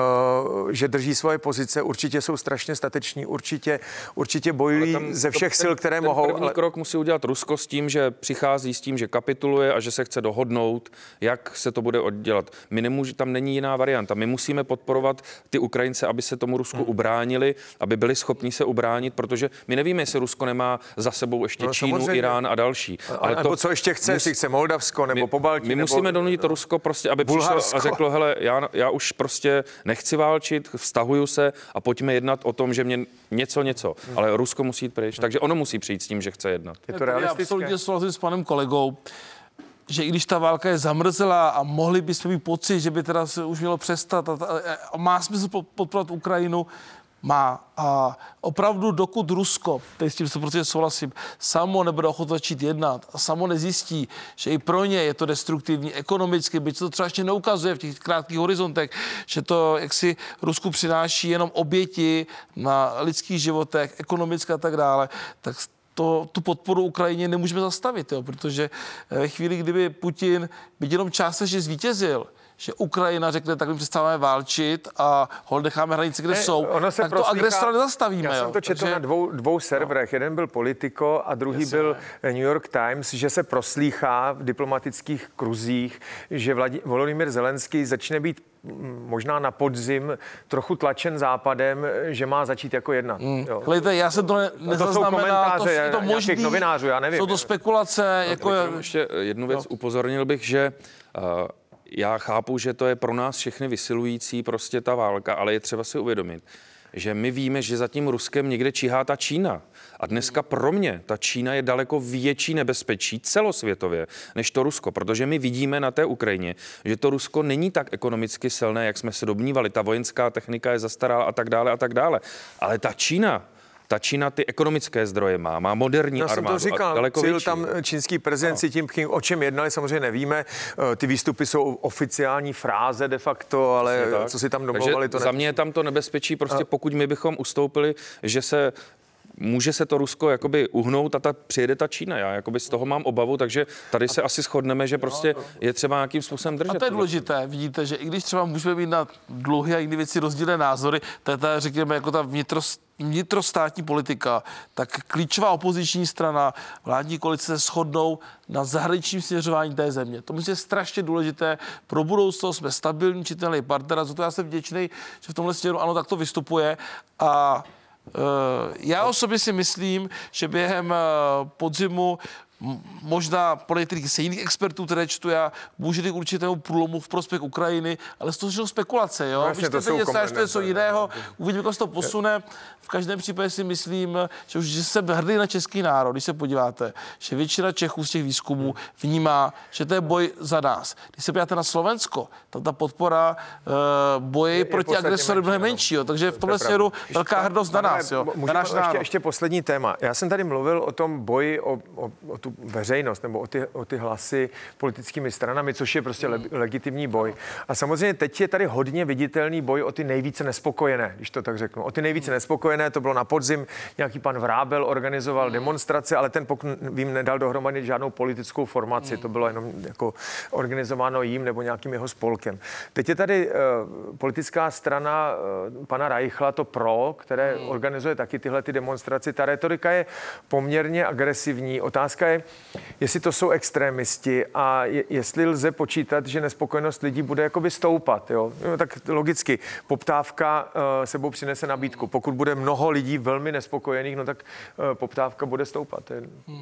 že drží svoje pozice, určitě jsou strašně stateční, určitě bojují ze všech sil, které mohou. První krok musí udělat Rusko s tím, že přichází s tím, že kapituluje a že se chce dohodnout, jak se to bude oddělat. Tam není jiná varianta. My musíme podporovat ty Ukrajince, aby se tomu Rusku ubránili, aby byli schopni se ubránit, protože my nevíme, jestli Rusko nemá za sebou ještě Čínu, samozřejmě. Irán a další. Ale nebo co ještě chce, jestli chce Moldavsko nebo Pobaltí. My musíme donutit Rusko prostě, aby přišlo a řeklo, hele, já už prostě nechci válčit, vztahuju se a pojďme jednat o tom, že mě něco. Ale Rusko musí jít pryč, takže ono musí přijít s tím, že chce jednat. Je to realistické? Já absolutně souhlasím s panem kolegou, že i když ta válka je zamrzlá a mohli bychom mít pocit, že by teda se už mělo přestat a má smysl podporovat Ukrajinu, má. A opravdu dokud Rusko, teď s tím prostě souhlasím, samo nebude ochotno začít jednat a samo nezjistí, že i pro ně je to destruktivní ekonomicky, byť se to třeba ještě neukazuje v těch krátkých horizontech, že to jaksi Rusku přináší jenom oběti na lidských životech, ekonomicky a tak dále, tak tu podporu Ukrajině nemůžeme zastavit, jo, protože ve chvíli, kdyby Putin byť jenom částečně zvítězil, že Ukrajina řekne, tak my přestáváme válčit a hol necháme hranice, kde jsou, tak to agresora nezastavíme. Já jsem to četl na dvou serverech. Jeden byl Politico a druhý byl New York Times, že se proslýchá v diplomatických kruzích, že Volodymyr Zelenský začne být možná na podzim trochu tlačen Západem, že má začít jako jednat. Hlejte, já jsem to nezaznamenal, to jsou to možný, novinářů, já nevím. Jsou to spekulace. Ještě jednu věc upozornil bych, že já chápu, že to je pro nás všechny vysilující prostě ta válka, ale je třeba si uvědomit, že my víme, že za tím Ruskem někde číhá ta Čína. A dneska pro mě ta Čína je daleko větší nebezpečí celosvětově než to Rusko, protože my vidíme na té Ukrajině, že to Rusko není tak ekonomicky silné, jak jsme se domnívali. Ta vojenská technika je zastaralá a tak dále a tak dále. Ale ta Čína ty ekonomické zdroje má moderní armádu. Já jsem to říkal, daleko cíl větší. tam čínský prezident Xi Jinping, o čem jednali, samozřejmě nevíme. Ty výstupy jsou oficiální fráze de facto, ale co si tam domlouvali, to za mě je tam to nebezpečí, prostě pokud my bychom ustoupili, že může se to Rusko jakoby uhnout a přijede ta Čína. Já jakoby z toho mám obavu, takže tady se asi shodneme, že prostě je třeba nějakým způsobem držet. A to je důležité. Vidíte, že i když třeba můžeme mít na dluhy a jiné věci rozdílné názory, to je ta, řekněme, jako ta vnitrostátní politika, tak klíčová opoziční strana, vládní koalice se shodnou na zahraničním směřování té země. To myslím, je strašně důležité pro budoucnost. Jsme stabilní, čitelný partner a za to já jsem vděčný, že v tomhle směru ano, tak to vystupuje. A já osobně si myslím, že během podzimu možná podle se jiných expertů, které čtu já, může k určitému průlomu v prospěch Ukrajiny, ale to jsou spekulace, jo? Vlastně to jsou něco jiného, uvidíme, jak se to posune. V každém případě si myslím, že jsem hrdý na český národ, když se podíváte, že většina Čechů z těch výzkumů vnímá, že to je boj za nás. Když se podíváte na Slovensko, tak ta podpora boje proti agresoru je mnohem menší, jo? Takže v tomhle směru velká hrdost na nás, jo? Na náš národ. Ještě poslední téma. Já jsem tady mluvil o tom boji o tu veřejnost nebo o ty hlasy politickými stranami, což je prostě legitimní boj. A samozřejmě teď je tady hodně viditelný boj o ty nejvíce nespokojené, když to tak řeknu. O ty nejvíce nespokojené, to bylo na podzim, nějaký pan Vrábel organizoval demonstrace, ale ten, pokud vím, nedal dohromady žádnou politickou formaci, to bylo jenom jako organizováno jím nebo nějakým jeho spolkem. Teď je tady politická strana pana Reichla, to PRO, které organizuje taky tyhle ty demonstrace. Ta retorika je poměrně agresivní. Otázka je, jestli to jsou extrémisti a jestli lze počítat, že nespokojenost lidí bude jakoby stoupat. Jo? No, tak logicky, poptávka sebou přinese nabídku. Pokud bude mnoho lidí velmi nespokojených, no tak poptávka bude stoupat.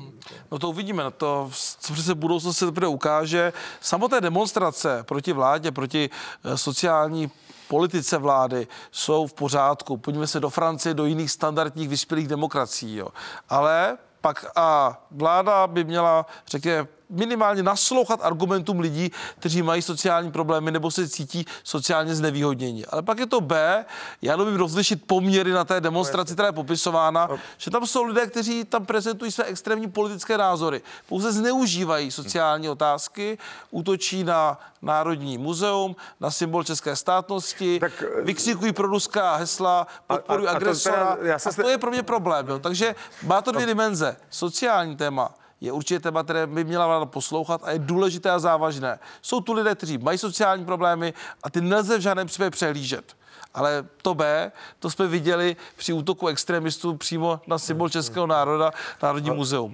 No to uvidíme. To, co přece budoucnost se teprve ukáže. Samotné demonstrace proti vládě, proti sociální politice vlády jsou v pořádku. Podívejme se do Francie, do jiných standardních vyspělých demokracií. Jo. Ale pak a vláda by měla, řekněme, minimálně naslouchat argumentům lidí, kteří mají sociální problémy nebo se cítí sociálně znevýhodnění. Ale pak je to B, já nevím rozlišit poměry na té demonstraci, která je popisována, že tam jsou lidé, kteří tam prezentují své extrémní politické názory. Pouze zneužívají sociální otázky, útočí na Národní muzeum, na symbol české státnosti, vykřikují pro ruská hesla, podporují agresora. A to je pro mě problém. Jo. Takže má to dvě dimenze. Sociální téma je určitě téma, které by měla vláda poslouchat a je důležité a závažné. Jsou tu lidé, kteří mají sociální problémy a ty nelze v žádném případě přehlížet. Ale to B, to jsme viděli při útoku extremistů přímo na symbol českého národa, Národní muzeum.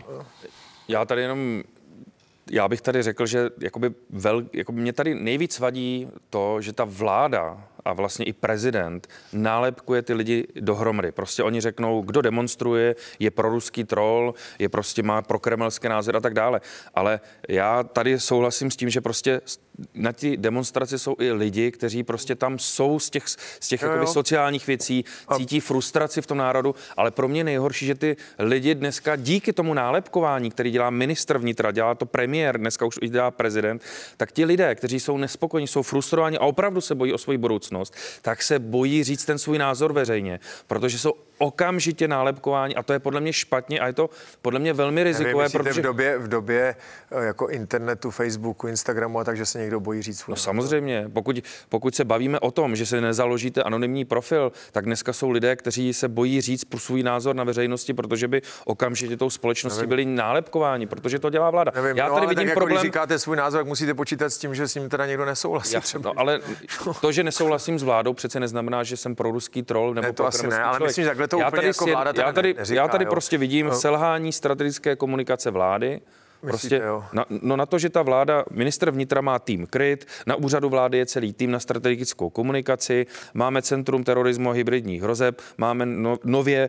Já bych tady řekl, že mě tady nejvíc vadí to, že ta vláda a vlastně i prezident nálepkuje ty lidi dohromady. Prostě oni řeknou, kdo demonstruje, je proruský troll, je prostě má prokremelské názory a tak dále. Ale já tady souhlasím s tím, že prostě na ty demonstrace jsou i lidi, kteří prostě tam jsou z těch jakoby sociálních věcí, cítí frustraci v tom národu, ale pro mě nejhorší, že ty lidi dneska díky tomu nálepkování, který dělá ministr vnitra, dělá to premiér, dneska už i dělá prezident, tak ti lidé, kteří jsou nespokojení, jsou frustrovaní a opravdu se bojí o svoji budoucnost, tak se bojí říct ten svůj názor veřejně, protože jsou okamžitě nálepkování a to je podle mě špatně a je to podle mě velmi rizikové, protože v době jako internetu, Facebooku, Instagramu a takže se někdo bojí říct svůj názor. Samozřejmě, pokud se bavíme o tom, že se nezaložíte anonymní profil, tak dneska jsou lidé, kteří se bojí říct svůj názor na veřejnosti, protože by okamžitě tou společností byli nálepkováni, protože to dělá vláda. Já tady vidím problém. Když říkáte svůj názor, tak musíte počítat s tím, že s ním teda někdo nesouhlasí. Ale to, že nesouhlasím s vládou, přece neznamená, že jsem proruský troll nebo to asi ne, ale myslím, že takhle to úplně jako vláda neříká, já tady prostě vidím selhání strategické komunikace vlády. Prostě na to, že ta vláda, ministr vnitra má tým KRIT, na úřadu vlády je celý tým na strategickou komunikaci, máme Centrum terorismu a hybridních hrozeb, máme nově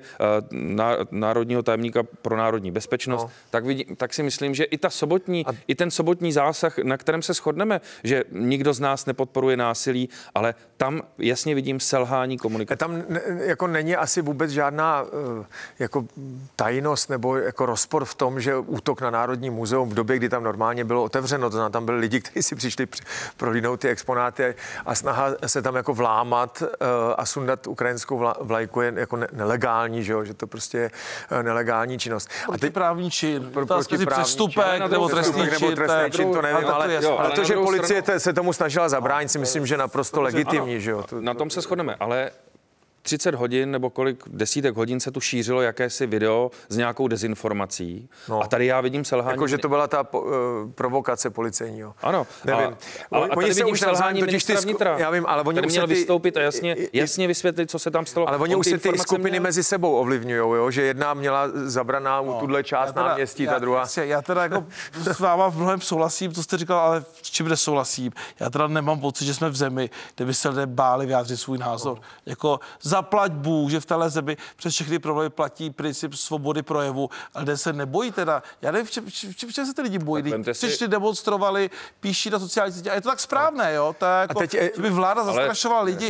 národního tajemníka pro národní bezpečnost, tak si myslím, že i ten sobotní zásah, na kterém se shodneme, že nikdo z nás nepodporuje násilí, ale tam jasně vidím selhání komunikace. Tam jako není asi vůbec žádná jako tajnost nebo jako rozpor v tom, že útok na Národní muzeum v době, kdy tam normálně bylo otevřeno, to znamená, tam byli lidi, kteří si přišli prohlídnout ty exponáty a snaha se tam jako vlámat a sundat ukrajinskou vlajku je jako nelegální, že to prostě je nelegální činnost. Protiprávní čin, přestupek nebo trestný čin, to nevím, ale to, že policie se tomu snažila zabránit, si myslím, že naprosto legitimní, že jo. Na tom se shodneme, ale 30 hodin nebo kolik desítek hodin se tu šířilo jakési video s nějakou dezinformací. A tady já vidím selhání. Jakože to byla ta provokace policejního. Ano. Nevím. Ale tady vidím selhání ministra vnitra. Já vím, ale oni už měl vystoupit a jasně vysvětlit, co se tam stalo. Ale oni už se ty skupiny mezi sebou ovlivňujou, že jedna měla zabraná tuhle část náměstí, ta druhá. Já teda jako s váma v mnohem souhlasím, co jste říkal, ale s čím nesouhlasím. Já teda nemám pocit, že jsme v zemi, kde by se lidé báli vyjádřit svůj názor. Jako zaplať Bůh, že v téhle zemi přes všechny problémy platí princip svobody projevu, ale lidé se nebojí teda. Já nevím, v čem se ty lidi bojí. Přišli, demonstrovali, píší na sociální sítě a je to tak správné, jo? Tak jako, že by vláda zastrašovala lidi.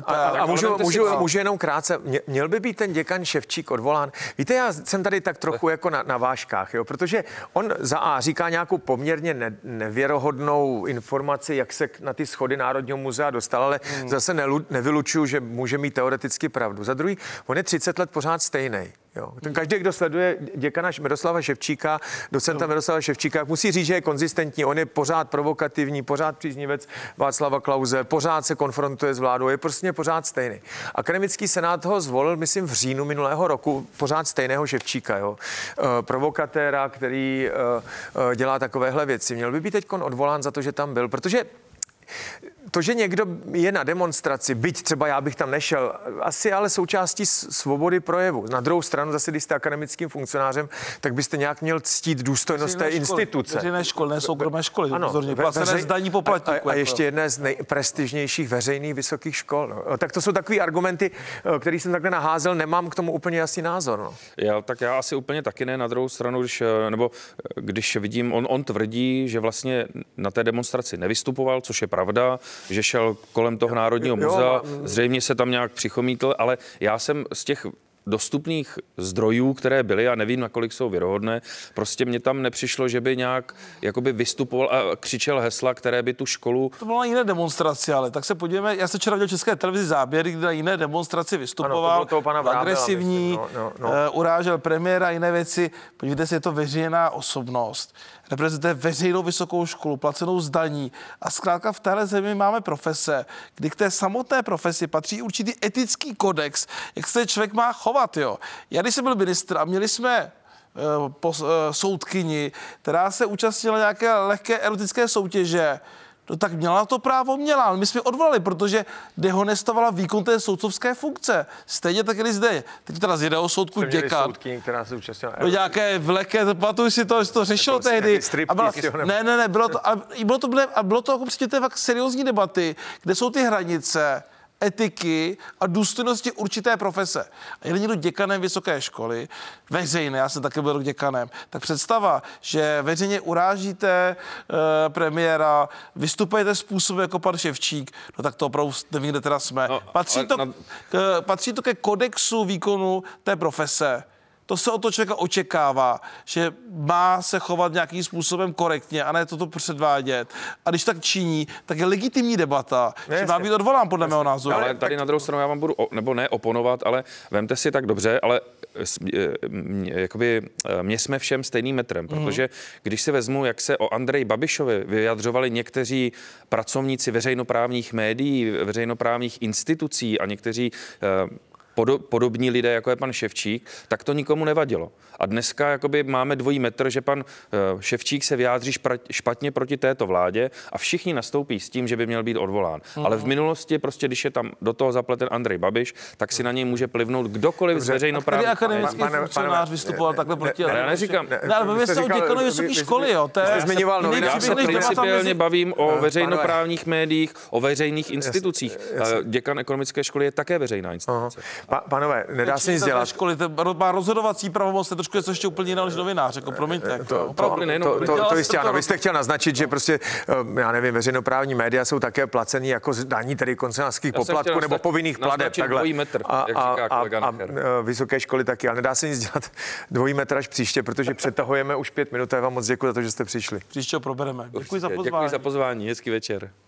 A můžu jenom krátce. Měl by být ten děkan Ševčík odvolán. Víte, já jsem tady tak trochu jako na vážkách, jo? Protože on za A říká nějakou poměrně nevěrohodnou informaci, jak se na ty schody Národního muzea dostal, ale zase nevylučuju, že může mít teoreticky pravdu. Za druhý, on je 30 let pořád stejný. Jo. Ten každý, kdo sleduje děkana Miroslava Ševčíka, docenta Miroslava Ševčíka, musí říct, že je konzistentní. On je pořád provokativní, pořád příznivec Václava Klause, pořád se konfrontuje s vládou, je prostě pořád stejný. Akademický senát ho zvolil, myslím, v říjnu minulého roku, pořád stejného Ševčíka, jo. Provokatéra, který dělá takovéhle věci. Měl by být teď odvolán za to, že tam byl, protože to, že někdo je na demonstraci, byť třeba já bych tam nešel, asi ale součástí svobody projevu. Na druhou stranu zase, když jste akademickým funkcionářem, tak byste nějak měl ctít důstojnost té instituce. Veřejné školy, ne soukromé školy. Ano, placené zdaní poplatníků. A ještě jedné z nejprestižnějších veřejných vysokých škol. No. Tak to jsou takový argumenty, který jsem takhle naházel, nemám k tomu úplně jasný názor. No. Já asi úplně taky ne. Na druhou stranu, když vidím, on tvrdí, že vlastně na té demonstraci nevystupoval, což je pravda, že šel kolem toho Národního muzea, zřejmě se tam nějak přichomítl, ale já jsem z těch dostupných zdrojů, které byly, a nevím, nakolik jsou věrohodné, prostě mě tam nepřišlo, že by nějak jakoby vystupoval a křičel hesla, které by tu školu... To bylo na jiné demonstraci, ale tak se podívejme, já se včera viděl v České televizi záběry, kdy na jiné demonstraci vystupoval, agresivní, urážel premiéra a jiné věci. Podívejte si, je to veřejná osobnost. Reprezentuje veřejnou vysokou školu, placenou z daní. A zkrátka v téhle zemi máme profese, kdy k té samotné profesi patří určitý etický kodex, jak se člověk má chovat. Jo. Já když jsem byl ministr a měli jsme soudkyni, která se účastnila nějaké lehké erotické soutěže, no tak měla to právo, měla, ale my jsme odvolali, protože dehonestovala výkon té soudcovské funkce. Stejně tak i zde. Teď teda z jiného soudku děkan. Soudkyni, která se účastnila. No nějaké vleké, pamatuju si to řešilo tehdy. Bylo to jako předmětem tak seriózní debaty, kde jsou ty hranice etiky a důstojnosti určité profese. A je někdo děkanem vysoké školy, veřejné, já jsem také byl děkanem, tak představa, že veřejně urážíte premiéra, vystupujete způsobem jako pan Ševčík, no tak to opravdu nevím, kde teda jsme. Patří to ke kodexu výkonu té profese. to se od toho člověka očekává, že má se chovat nějakým způsobem korektně a ne toto předvádět. A když tak činí, tak je legitimní debata, že má být odvolán podle mého názoru. Ale tady na druhou stranu já vám budu, nebo ne oponovat, ale vemte si tak dobře, ale jakoby měřme všem stejným metrem, protože když si vezmu, jak se o Andreji Babišovi vyjadřovali někteří pracovníci veřejnoprávních médií, veřejnoprávních institucí a někteří podobní lidé, jako je pan Ševčík, tak to nikomu nevadilo. A dneska jakoby máme dvojí metr, že pan Ševčík se vyjádří špatně proti této vládě a všichni nastoupí s tím, že by měl být odvolán. Ale v minulosti prostě, když je tam do toho zapleten Andrej Babiš, tak si na něj může plivnout kdokoliv z veřejnoprávních. Tady akademický funkcionář vystupoval takhle proti. Já neříkám. Ale bavíme se o děkanovi vysoké školy, jo. Já se principiálně bavím o veřejnoprávních médiích, o veřejných institucích. Děkan ekonomické školy je také veřejná instituce. Pánové, nedá se nic dělat. Školy, má rozhodovací pravomoc, to trošku něco ještě úplně jiného než novinář, jako promiňte. To jistě ano. Vy jste chtěl naznačit, že prostě, já nevím, veřejnoprávní média jsou také placení jako daní, tedy koncesionálních poplatků nebo povinných plateb. Dvojí metr, jak říká kolega Nacher. A vysoké školy taky. A nedá se nic dělat dvojí metr až příště, protože přetahujeme už 5 minut. Já vám moc děkuji za to, že jste přišli. Příště ho probereme. Děkuji za pozvání. Děkuji za pozvání, hezký večer.